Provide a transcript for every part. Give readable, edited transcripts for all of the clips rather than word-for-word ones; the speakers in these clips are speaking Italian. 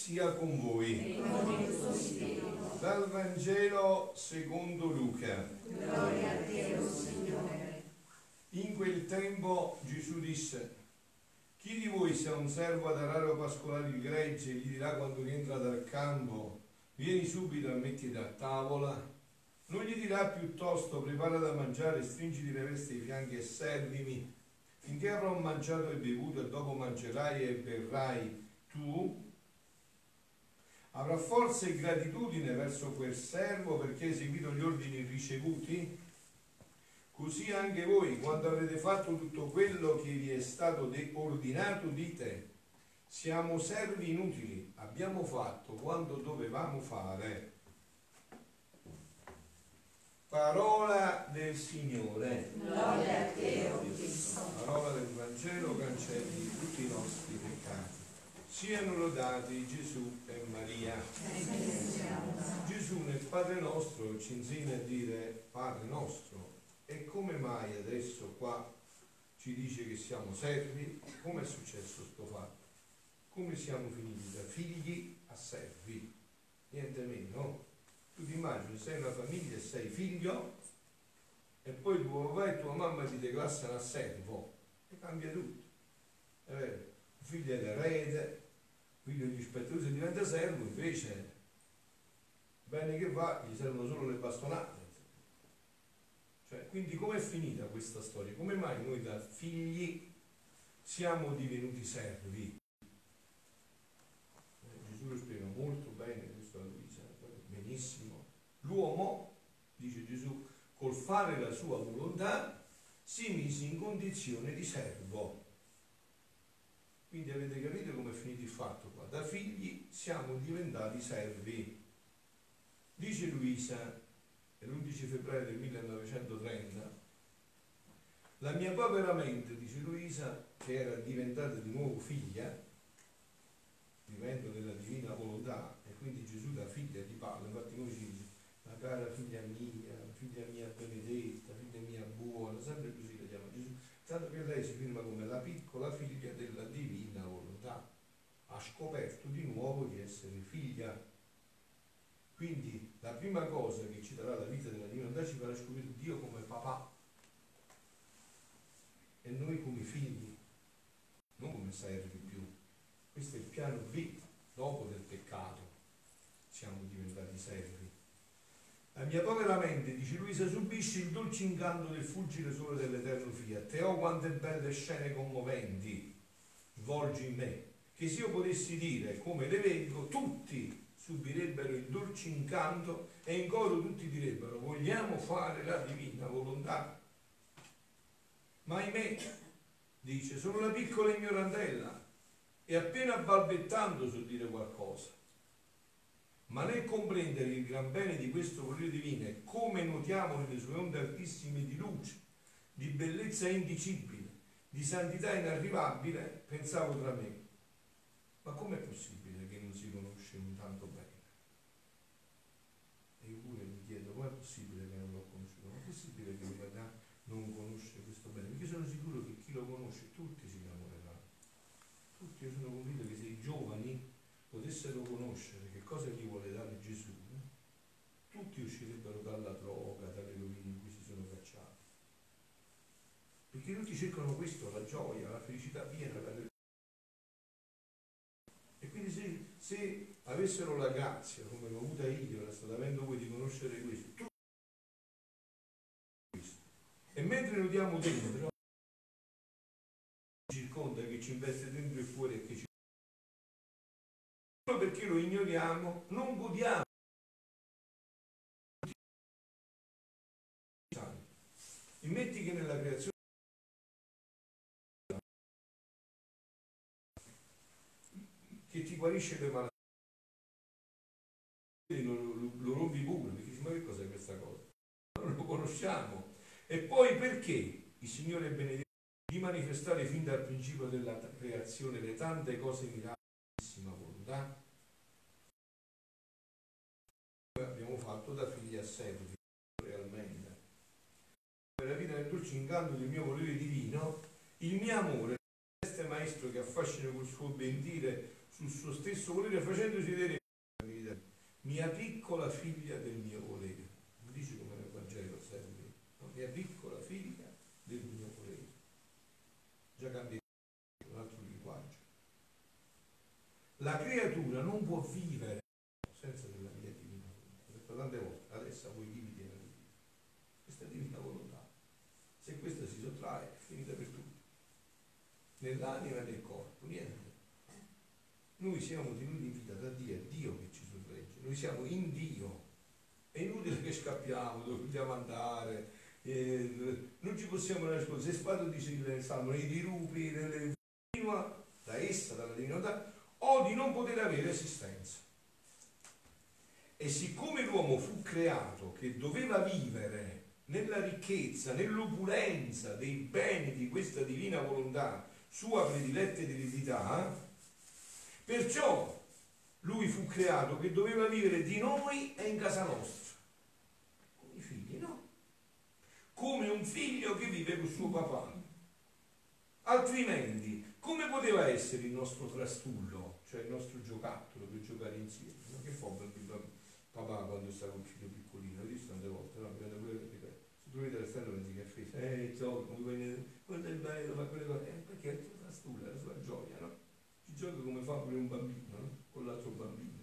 sia con voi. Dal Vangelo secondo Luca. Gloria a te, o Signore. In quel tempo Gesù disse: chi di voi se ha un servo ad arare o pascolare il gregge gli dirà quando rientra dal campo: vieni subito e mettiti a tavola? Non gli dirà piuttosto: prepara da mangiare, stringiti le vesti ai fianchi e servimi, finché avrò mangiato e bevuto, e dopo mangerai e berrai tu? Avrà forse gratitudine verso quel servo perché ha eseguito gli ordini ricevuti? Così anche voi, quando avrete fatto tutto quello che vi è stato ordinato, dite: siamo servi inutili, abbiamo fatto quanto dovevamo fare. Parola del Signore. Gloria a te, o Cristo. Parola del Vangelo cancelli tutti i nostri peccati. Siano lodati Gesù e Maria. Gesù nel Padre nostro ci insegna a dire Padre nostro. E come mai adesso qua ci dice che siamo servi? Come è successo sto fatto? Come siamo finiti da figli a servi? Niente meno. Tu ti immagini, sei una famiglia e sei figlio e poi tuo papà e tua mamma ti declassano a servo e cambia tutto. È vero? Il figlio è l'erede, il figlio gli spetta, se diventa servo invece bene che va, gli servono solo le bastonate. Cioè, quindi com'è finita questa storia? Come mai noi da figli siamo divenuti servi? Gesù lo spiega molto bene questo a Luisa, benissimo. L'uomo, dice Gesù, col fare la sua volontà si mise in condizione di servo. Quindi avete capito come è finito il fatto qua? Da figli siamo diventati servi. Dice Luisa, l'11 febbraio del 1930, la mia povera mente, dice Luisa, che era diventata di nuovo figlia, vivendo nella divina volontà, e quindi Gesù da figlia ti parla, infatti noi ci dice: ma cara figlia mia benedetta, figlia mia buona, sempre così la chiama Gesù, tanto che lei si firma come la piccola figlia della divina volontà, ha scoperto di nuovo di essere figlia. Quindi la prima cosa che ci darà la vita della divinità ci farà scoprire Dio come papà e noi come figli, non come servi più. Questo è il piano B, dopo del peccato siamo diventati servi. La mia povera mente, dice Luisa, subisce il dolce incanto del fulgire sole dell'eterno Fiat. E oh, quante belle scene commoventi svolgi in me, che se io potessi dire come le vengo, tutti subirebbero il dolce incanto e in coro tutti direbbero: vogliamo fare la divina volontà. Ma ahimè, dice, sono una piccola ignorantella e appena balbettando so dire qualcosa. Ma nel comprendere il gran bene di questo volere divino e come notiamo nelle sue onde altissime di luce, di bellezza indicibile, di santità inarrivabile, pensavo tra me: ma com'è possibile che non si conosce un tanto bene? E io pure mi chiedo: com'è possibile che non l'ho conosciuto? Ma è possibile che non conosce questo bene? Perché sono sicuro che chi lo conosce tutti si innamoreranno. Tutti, io sono convinto che se i giovani potessero conoscere che cosa gli vuole dare Gesù, tutti uscirebbero dalla droga, dalle rovine in cui si sono cacciati. Perché tutti cercano questo, la gioia, la felicità piena, e quindi se avessero la grazia, come l'ho avuta io, la state avendo voi, di conoscere questo, e mentre lo diamo dentro, ci circonda, che ci investe dentro e fuori, e che ci... Solo perché lo ignoriamo, non godiamo. Immetti che nella creazione che ti guarisce le malattie, lo rompi pure, perché dici: ma che cos'è questa cosa? Non lo conosciamo. E poi perché il Signore è benedetto di manifestare fin dal principio della creazione le tante cose miracolosissima volontà? Noi abbiamo fatto da figli a servi, realmente. Per la vita nel dolce incanto del mio volere divino, il mio amore, celeste maestro che affascina col suo ben dire sul suo stesso volere, facendosi vedere mia piccola figlia del mio volere. Non dice come nel Vangelo serve, no? Mia piccola figlia del mio volere. Già cambia un altro linguaggio. La creatura non può vivere senza della mia divina volontà. Ho detto tante volte, adesso voi vivi nella vita. Questa divina volontà. Se questa si sottrae, è finita per tutti. Nell'anima e nel corpo, niente. Noi siamo tenuti in vita da Dio, è Dio che ci sorregge, noi siamo in Dio, è inutile che scappiamo, dove vogliamo andare, non ci possiamo nascondere. Se Spado dice il Salmo, nei dirupi, nelle da essa, dalla divinità, o di non poter avere esistenza. E siccome l'uomo fu creato che doveva vivere nella ricchezza, nell'opulenza dei beni di questa divina volontà, sua prediletta ed eredità, perciò lui fu creato che doveva vivere di noi e in casa nostra, come i figli, no? Come un figlio che vive con suo papà. Altrimenti, come poteva essere il nostro trastullo, cioè il nostro giocattolo per giocare insieme? No? Che fa papà quando sta con il figlio piccolino? L'ho visto tante volte, no? Se tu vedi la strada pensi che è fece, quello è bello, fa quelle cose, perché è il tuo trastullo, è la sua gioia, no? Ci gioca come fa pure un bambino, no? Con l'altro bambino.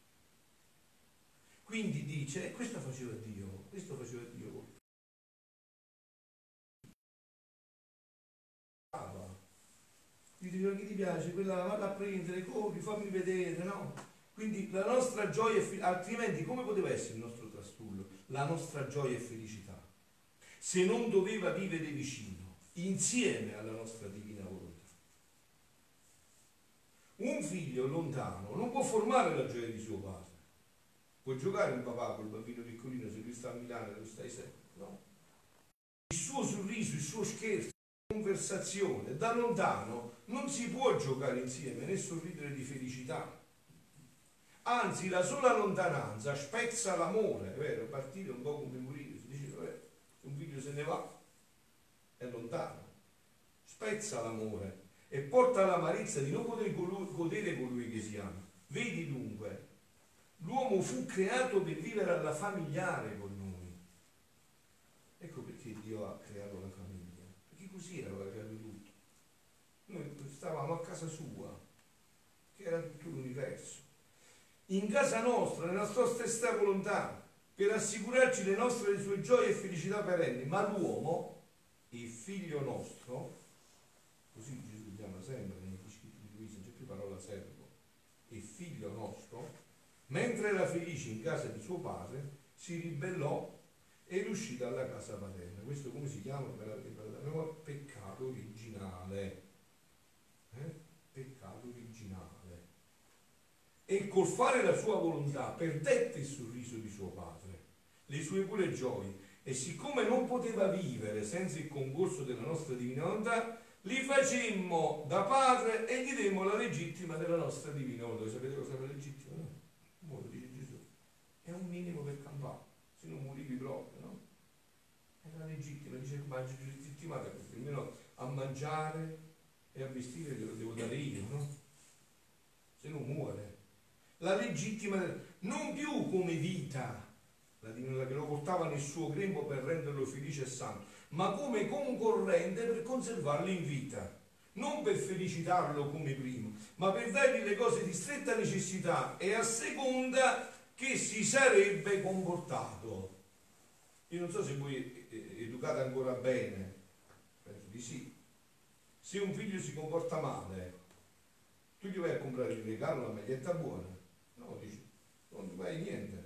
Quindi dice, questo faceva Dio, gli dice, chi ti piace, quella vado a prendere, corri, fammi vedere, no? Quindi la nostra gioia altrimenti come poteva essere il nostro trastullo? La nostra gioia e felicità, se non doveva vivere vicino, insieme alla nostra divina volontà. Un figlio lontano non può formare la gioia di suo padre. Può giocare un papà col bambino piccolino se lui sta a Milano e tu stai sempre, no? Il suo sorriso, il suo scherzo, la conversazione, da lontano non si può giocare insieme né sorridere di felicità. Anzi, la sola lontananza spezza l'amore, è vero? Partire un po' come morire, si dice, se un figlio se ne va, è lontano, spezza l'amore e porta all'amarezza di non poter godere colui che si ama. Vedi dunque, l'uomo fu creato per vivere alla familiare con noi. Ecco perché Dio ha creato la famiglia, perché così era creato tutto. Noi stavamo a casa sua, che era tutto l'universo, in casa nostra, nella sua stessa volontà, per assicurarci le nostre le sue gioie e felicità perenni. Ma l'uomo, il figlio nostro, così Gesù chiama sempre negli scritti di Luisa, non c'è più parola servo, il figlio nostro, mentre era felice in casa di suo padre, si ribellò e uscì dalla casa paterna. Questo come si chiama? Peccato originale. Peccato originale. E col fare la sua volontà perdette il sorriso di suo padre, le sue pure gioie, e siccome non poteva vivere senza il concorso della nostra divina volontà, li facemmo da padre e gli demmo la legittima della nostra divina volontà. Sapete cosa è la legittima? No? Lo dice Gesù. È un minimo per campare, se non morivi proprio, no? È la legittima, dice mangio legittimata, perché almeno a mangiare e a vestire glielo devo dare io, no? Se non muore. La legittima, non più come vita, la divinità che lo portava nel suo grembo per renderlo felice e santo, ma come concorrente per conservarlo in vita, non per felicitarlo come primo, ma per dargli le cose di stretta necessità e a seconda che si sarebbe comportato. Io non so se voi educate ancora bene, penso di sì. Se un figlio si comporta male, tu gli vai a comprare il regalo, la maglietta buona. No, dici, non vai niente.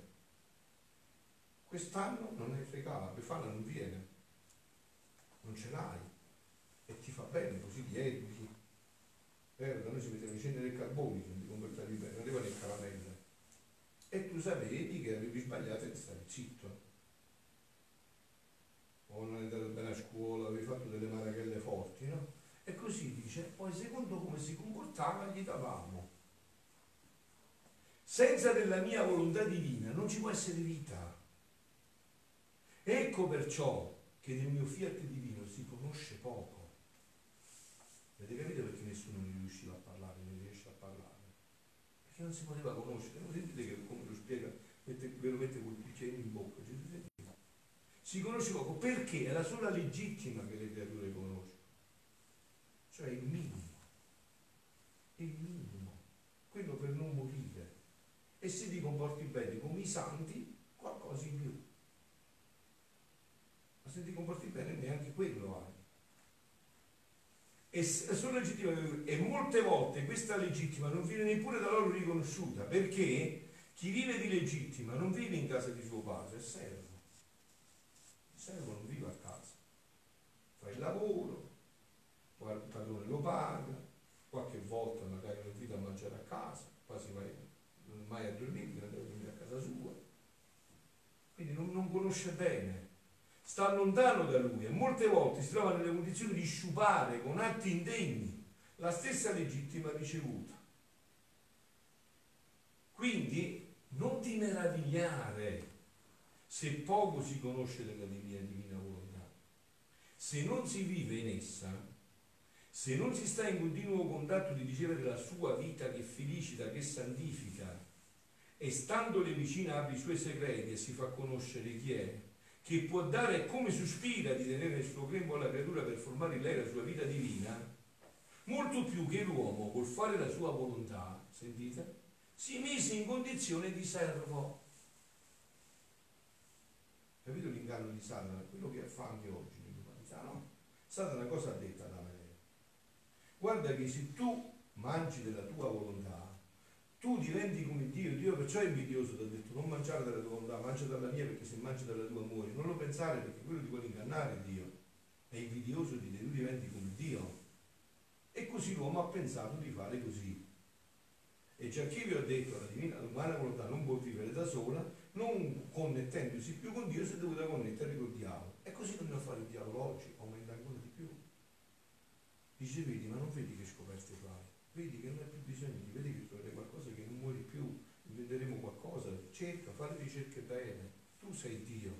Quest'anno non è regalo, Befana non viene, non ce l'hai e ti fa bene, così ti educhi. Da noi si mettono in cenere e carboni, se non ti comportavi bene, non arrivano le caramelle. E tu sapevi che avevi sbagliato e stavi zitto. O non è andato bene a scuola, avevi fatto delle marachelle forti, no? E così dice, poi secondo come si comportava gli davamo. Senza della mia volontà divina non ci può essere vita. Ecco perciò che del mio fiat divino si conosce poco. Avete capito perché nessuno ne riusciva a parlare, ne riesce a parlare? perché non si poteva conoscere. Non sentite che come lo spiega, ve lo mette col cucchiaino in bocca, Gesù sentite? Si conosce poco perché è la sola legittima che le creature conoscono, cioè il minimo, quello per non morire. E se ti comporti bene come i santi, qualcosa in più. Ma se ti comporti bene neanche quello hai. E sono legittima, e molte volte questa legittima non viene neppure da loro riconosciuta, perché chi vive di legittima non vive in casa di suo padre, è servo. Il servo non vive a casa, fa il lavoro, poi il padrone lo paga, qualche volta magari lo invita a mangiare a casa, quasi mai a dormire, deve dormire a casa sua. Quindi non conosce bene, sta lontano da lui e molte volte si trova nelle condizioni di sciupare con atti indegni la stessa legittima ricevuta. Quindi non ti meravigliare se poco si conosce della divina volontà. Se non si vive in essa, se non si sta in continuo contatto di ricevere la sua vita che felicita, che santifica, e standole vicina apre i suoi segreti e si fa conoscere chi è, che può dare come sospira di tenere nel suo grembo la creatura per formare in lei la sua vita divina, molto più che l'uomo col fare la sua volontà, sentite, si mise in condizione di servo. Capito l'inganno di Satana? Quello che fa anche oggi nell'umanità, no? Satana cosa ha detto ad Adamo ed Eva? Guarda che se tu mangi della tua volontà, tu diventi come Dio. Dio perciò è invidioso, ti ha detto non mangiare della tua volontà, mangia dalla mia, perché se mangi dalla tua muori. Non lo pensare, perché quello ti vuole ingannare Dio, è invidioso di te, tu diventi come Dio. E così l'uomo ha pensato di fare così. E già che vi ho detto, la divina, l'umana volontà non può vivere da sola, non connettendosi più con Dio, si è dovuta connettere col diavolo. E così continua a fare il diavolo oggi, aumenta ancora di più. Dice, vedi, ma non vedi che scoperte fai? Vedi che non hai più bisogno di, vedi che troverai qualcosa che non muori più, inventeremo qualcosa, cerca, fai le ricerche bene, tu sei Dio,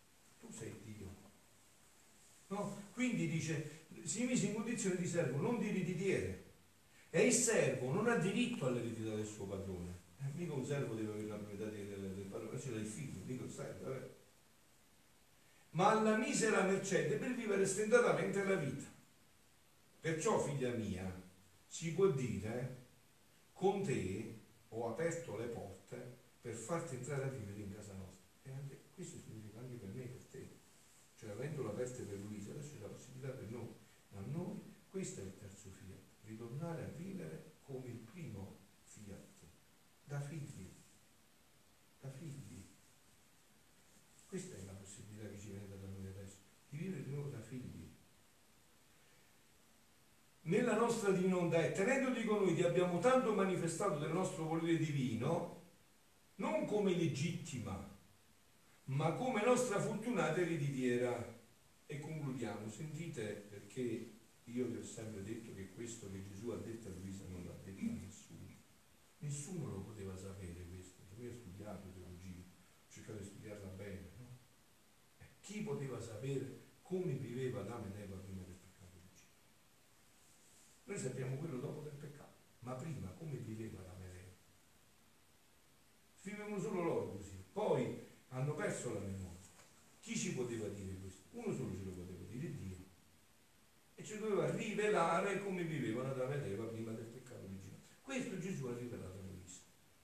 no? Quindi dice, si mise in condizione di servo, non di ereditiere, e il servo non ha diritto all'eredità del suo padrone, mica un servo deve avere la proprietà del padrone, ce l'ha il figlio, mica il servo, ma alla misera mercede per vivere stentatamente la vita. Perciò, figlia mia, si può dire, con te ho aperto le porte per farti entrare a vivere in casa nostra. E anche, questo significa anche per me e per te. Cioè, avendolo aperte per Luisa, adesso c'è la possibilità per noi. A noi, questo è il terzo fiat, ritornare a vivere come il primo fiat, da figli. Questa è la possibilità che ci viene da noi adesso, di vivere di nuovo da figli. Nella nostra divina volontà, e tenendo con noi ti abbiamo tanto manifestato del nostro volere divino, non come legittima, ma come nostra fortunata ereditiera. E concludiamo, sentite, perché io vi ho sempre detto che questo che Gesù ha detto a Luisa non l'ha detto a nessuno lo poteva sapere questo. Io ho studiato teologia, ho cercato di studiarla bene, no? Chi poteva sapere come viveva Adamo ed Eva prima del peccato originale? Noi sappiamo quello dopo del peccato, ma prima come viveva Adamo ed Eva? Vivevano solo loro così, poi hanno perso la memoria. Chi ci poteva dire questo? Uno solo ce lo poteva dire, Dio. E ci doveva rivelare come vivevano Adamo ed Eva prima del peccato originale. Questo Gesù ha rivelato a Luisa.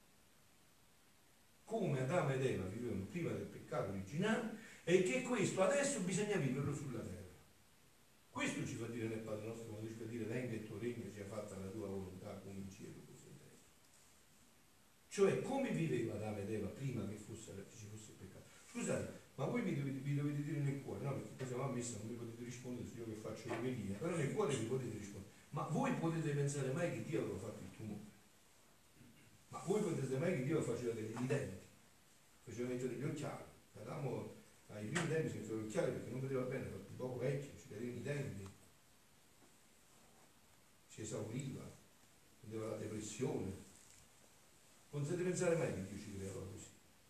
Come Adamo ed Eva vivevano prima del peccato originale e che questo adesso bisogna viverlo sulla terra. Questo ci fa dire nel Padre nostro, quando ci fa dire venga il tuo regno, sia fatta la tua volontà come in cielo così in terra. Cioè come viveva Adamo ed Eva prima che ci fosse il peccato. Scusate, ma voi vi dovete dire nel cuore, no? Perché poi siamo a messa, non mi potete rispondere se io che faccio l'omelia, però nel cuore vi potete rispondere. Ma voi potete pensare mai che Dio aveva fatto il tumore? Ma voi potete mai che Dio faceva dei denti? Faceva mettere gli occhiali. Adamo ai primi tempi si metteva gli occhiali perché non vedeva bene, perché dopo vecchio ci cadevano i denti, si esauriva, prendeva la depressione. Non potete pensare mai che Dio ci creava così.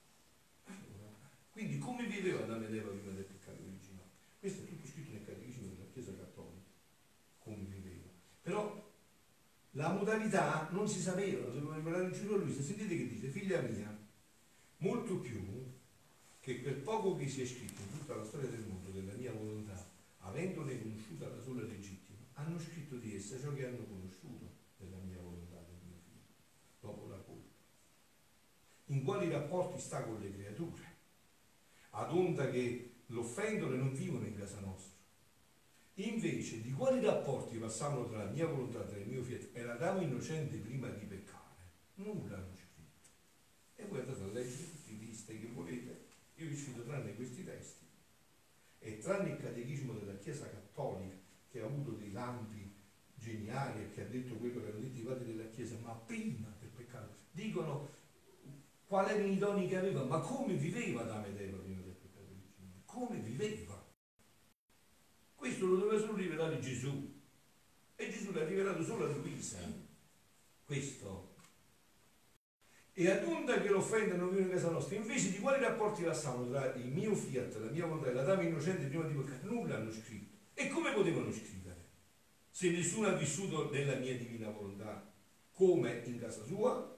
Quindi come viveva Adamo ed Eva prima del peccato originale? Questo è tutto scritto nel Catechismo della Chiesa Cattolica, come viveva. Però La modalità non si sapeva, lo sapeva imparare Gesù a Luisa. Sentite che dice: figlia mia, molto più che quel poco che si è scritto in tutta la storia del mondo della mia volontà, avendone conosciuta la sola legittima, hanno scritto di essa ciò che hanno conosciuto della mia volontà, del mio figlio, dopo la colpa. In quali rapporti sta con le creature, ad onda che l'offendono e non vivono in casa nostra. Invece di quali rapporti passavano tra la mia volontà e il mio fiat e l'Adamo innocente prima di peccare, nulla hanno scritto. E voi andate a leggere tutti i testi che volete, io vi sfido tranne questi testi e tranne il catechismo della Chiesa Cattolica, che ha avuto dei lampi geniali e che ha detto quello che hanno detto i padri della Chiesa, ma prima del peccato dicono qual erano i doni che aveva, ma come viveva Adamo ed Eva prima del peccato originale, come viveva. Questo lo doveva solo rivelare Gesù, e Gesù l'ha rivelato solo a Luisa, questo. E ad onda che l'offenda non viene in casa nostra, invece di quali rapporti passavano tra il mio fiat, la mia volontà e l'Adamo innocente prima di peccare, nulla hanno scritto. E come potevano scrivere? Se nessuno ha vissuto nella mia divina volontà come in casa sua,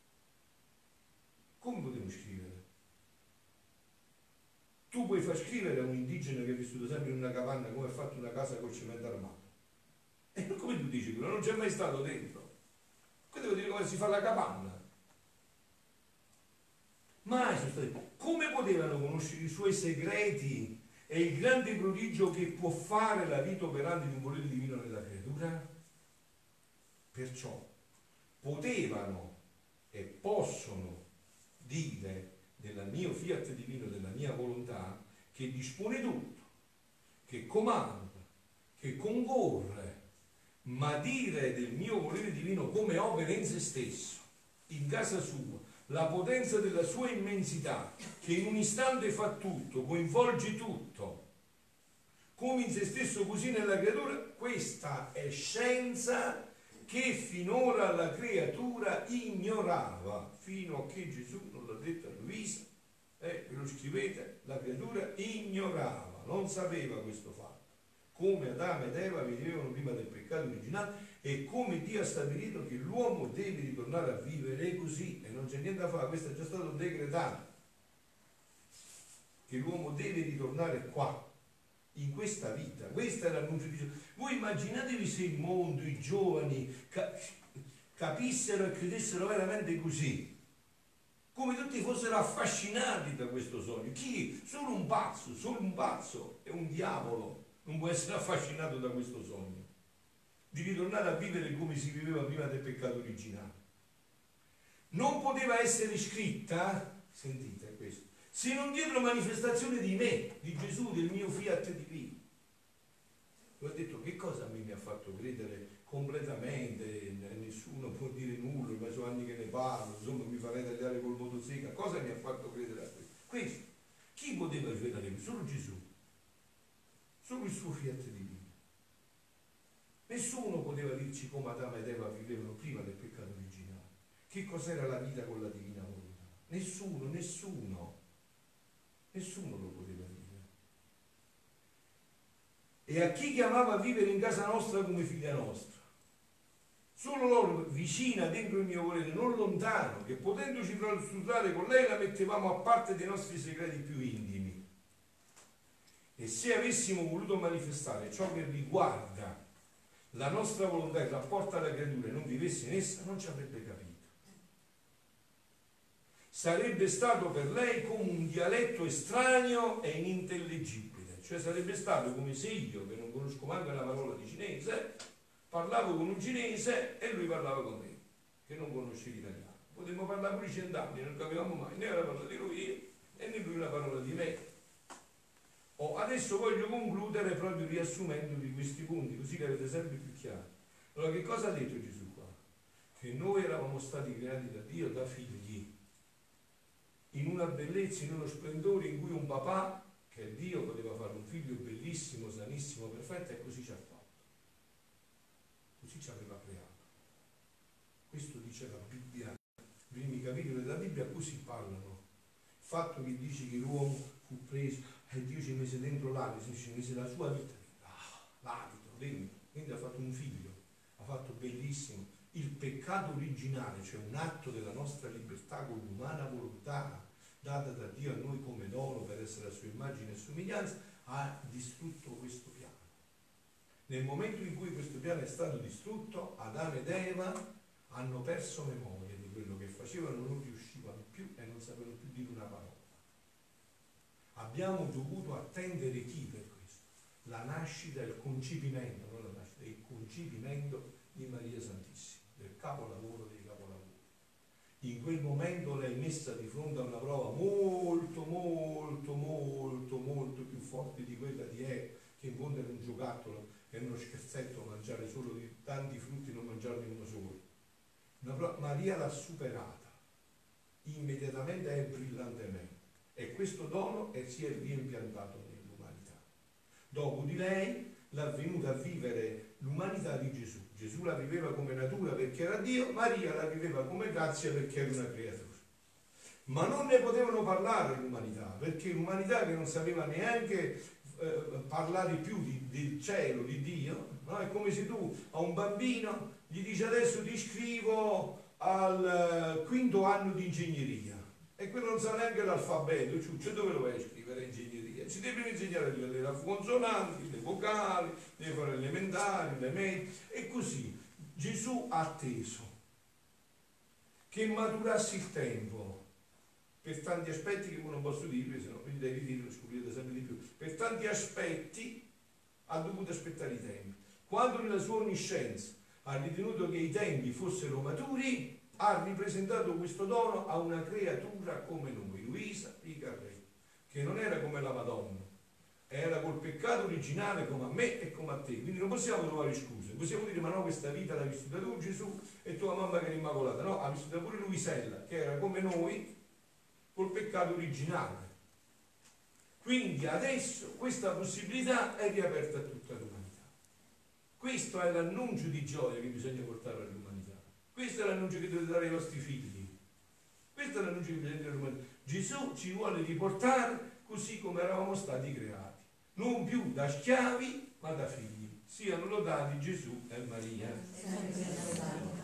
come potevano scrivere? Tu puoi far scrivere a un indigeno che è vissuto sempre in una capanna come ha fatto una casa col cemento armato. E come tu dici quello? Non c'è mai stato dentro. Qui devo dire come si fa la capanna. Mai sono stati. Come potevano conoscere i suoi segreti e il grande prodigio che può fare la vita operante di un volere divino nella creatura? Perciò potevano e possono dire del mio fiat divino, della mia volontà, che dispone tutto, che comanda, che concorre, ma dire del mio volere divino come opera in se stesso, in casa sua, la potenza della sua immensità, che in un istante fa tutto, coinvolge tutto, come in se stesso così nella creatura, questa è scienza che finora la creatura ignorava, fino a che Gesù non l'ha detto a Luisa, ve lo scrivete, la creatura ignorava, non sapeva questo fatto, come Adamo ed Eva vivevano prima del peccato originale e come Dio ha stabilito che l'uomo deve ritornare a vivere così, e non c'è niente da fare, questo è già stato decretato, che l'uomo deve ritornare qua, in questa vita. Questo era l'annuncio di Gesù. Voi immaginatevi se il mondo, i giovani capissero e credessero veramente così, come tutti fossero affascinati da questo sogno. Chi? Solo un pazzo è un diavolo, non può essere affascinato da questo sogno di ritornare a vivere come si viveva prima del peccato originale. Non poteva essere scritta, sentite questo, se non dietro manifestazione di me, di Gesù, del mio fiat divino. Lui ha detto: che cosa a me mi ha fatto credere completamente, nessuno può dire nulla, ma sono anni che ne parlo, insomma mi farei tagliare col motosega, cosa mi ha fatto credere a questo? Questo, chi poteva rivelare? Solo Gesù, solo il suo fiat divino. Nessuno poteva dirci come Adamo ed Eva vivevano prima del peccato originale, che cos'era la vita con la divina volontà. Nessuno lo poteva dire. E a chi chiamava a vivere in casa nostra come figlia nostra, solo loro, vicina dentro il mio volere, non lontano, che potendoci consultare con lei la mettevamo a parte dei nostri segreti più intimi. E se avessimo voluto manifestare ciò che riguarda la nostra volontà in rapporto alla creatura e non vivesse in essa, non ci avrebbe capito. Sarebbe stato per lei come un dialetto estraneo e inintellegibile, cioè sarebbe stato come se io, che non conosco manco la parola di cinese, parlavo con un cinese e lui parlava con me, che non conosce l'italiano. Potremmo parlare pure 100 anni, non capivamo mai né la parola di lui né lui la parola di me. Adesso voglio concludere proprio riassumendovi questi punti, così li avete sempre più chiari. Allora, che cosa ha detto Gesù qua? Che noi eravamo stati creati da Dio da figli, in una bellezza, in uno splendore in cui un papà, che è Dio, poteva fare un figlio bellissimo, sanissimo, perfetto, e così ci ha fatto. Così ci aveva creato. Questo dice la Bibbia, i primi capitoli della Bibbia così parlano. Il fatto che dice che l'uomo fu preso e Dio ci mise dentro l'alito, ci mise la sua vita, l'alito dentro, quindi ha fatto un figlio, ha fatto bellissimo, il peccato originale, cioè un atto della nostra libertà con l'umana volontà data da Dio a noi come dono per essere a sua immagine e somiglianza, ha distrutto questo piano. Nel momento in cui questo piano è stato distrutto, Adamo ed Eva hanno perso memoria di quello che facevano, non riuscivano più e non sapevano più dire una parola. Abbiamo dovuto attendere chi per questo? La nascita, il concepimento, non la nascita, il concepimento di Maria Santissima, del capolavoro dei capolavori. In quel momento lei è messa di fronte a una prova molto più forte di quella di Eva, che in fondo era un giocattolo, era uno scherzetto mangiare solo di tanti frutti, non mangiarne uno solo. Maria l'ha superata immediatamente e brillantemente, e questo dono si è riimpiantato nell'umanità. Dopo di lei l'ha venuta a vivere l'umanità di Gesù. Gesù la viveva come natura perché era Dio, Maria la viveva come grazia perché era una creatura. Ma non ne potevano parlare l'umanità, perché l'umanità che non sapeva neanche parlare più del cielo, di Dio, no? È come se tu a un bambino gli dici adesso ti iscrivo al 5° anno di ingegneria, e quello non sa neanche l'alfabeto, cioè dove lo vai a scrivere ingegneria? Ci devi insegnare le consonanti, le vocali, devi fare le elementari, le medie, e così. Gesù ha atteso che maturasse il tempo per tanti aspetti che non posso dire, se no vi devi dire, lo scoprirete sempre di più. Per tanti aspetti ha dovuto aspettare i tempi. Quando nella sua onniscienza ha ritenuto che i tempi fossero maturi, ha ripresentato questo dono a una creatura come noi, Luisa Picarretto, che non era come la Madonna, era col peccato originale come a me e come a te. Quindi non possiamo trovare scuse, possiamo dire ma no, questa vita l'ha vissuta tu Gesù e tua mamma che era immacolata. No, ha vissuta pure Luisella, che era come noi col peccato originale. Quindi adesso questa possibilità è riaperta a tutta l'umanità. Questo è l'annuncio di gioia che bisogna portare all'umanità. Questo è l'annuncio che dovete dare ai vostri figli. Questo è l'annuncio che bisogna dare all'umanità. Gesù ci vuole riportare così come eravamo stati creati, non più da schiavi ma da figli. Siano lodati Gesù e Maria.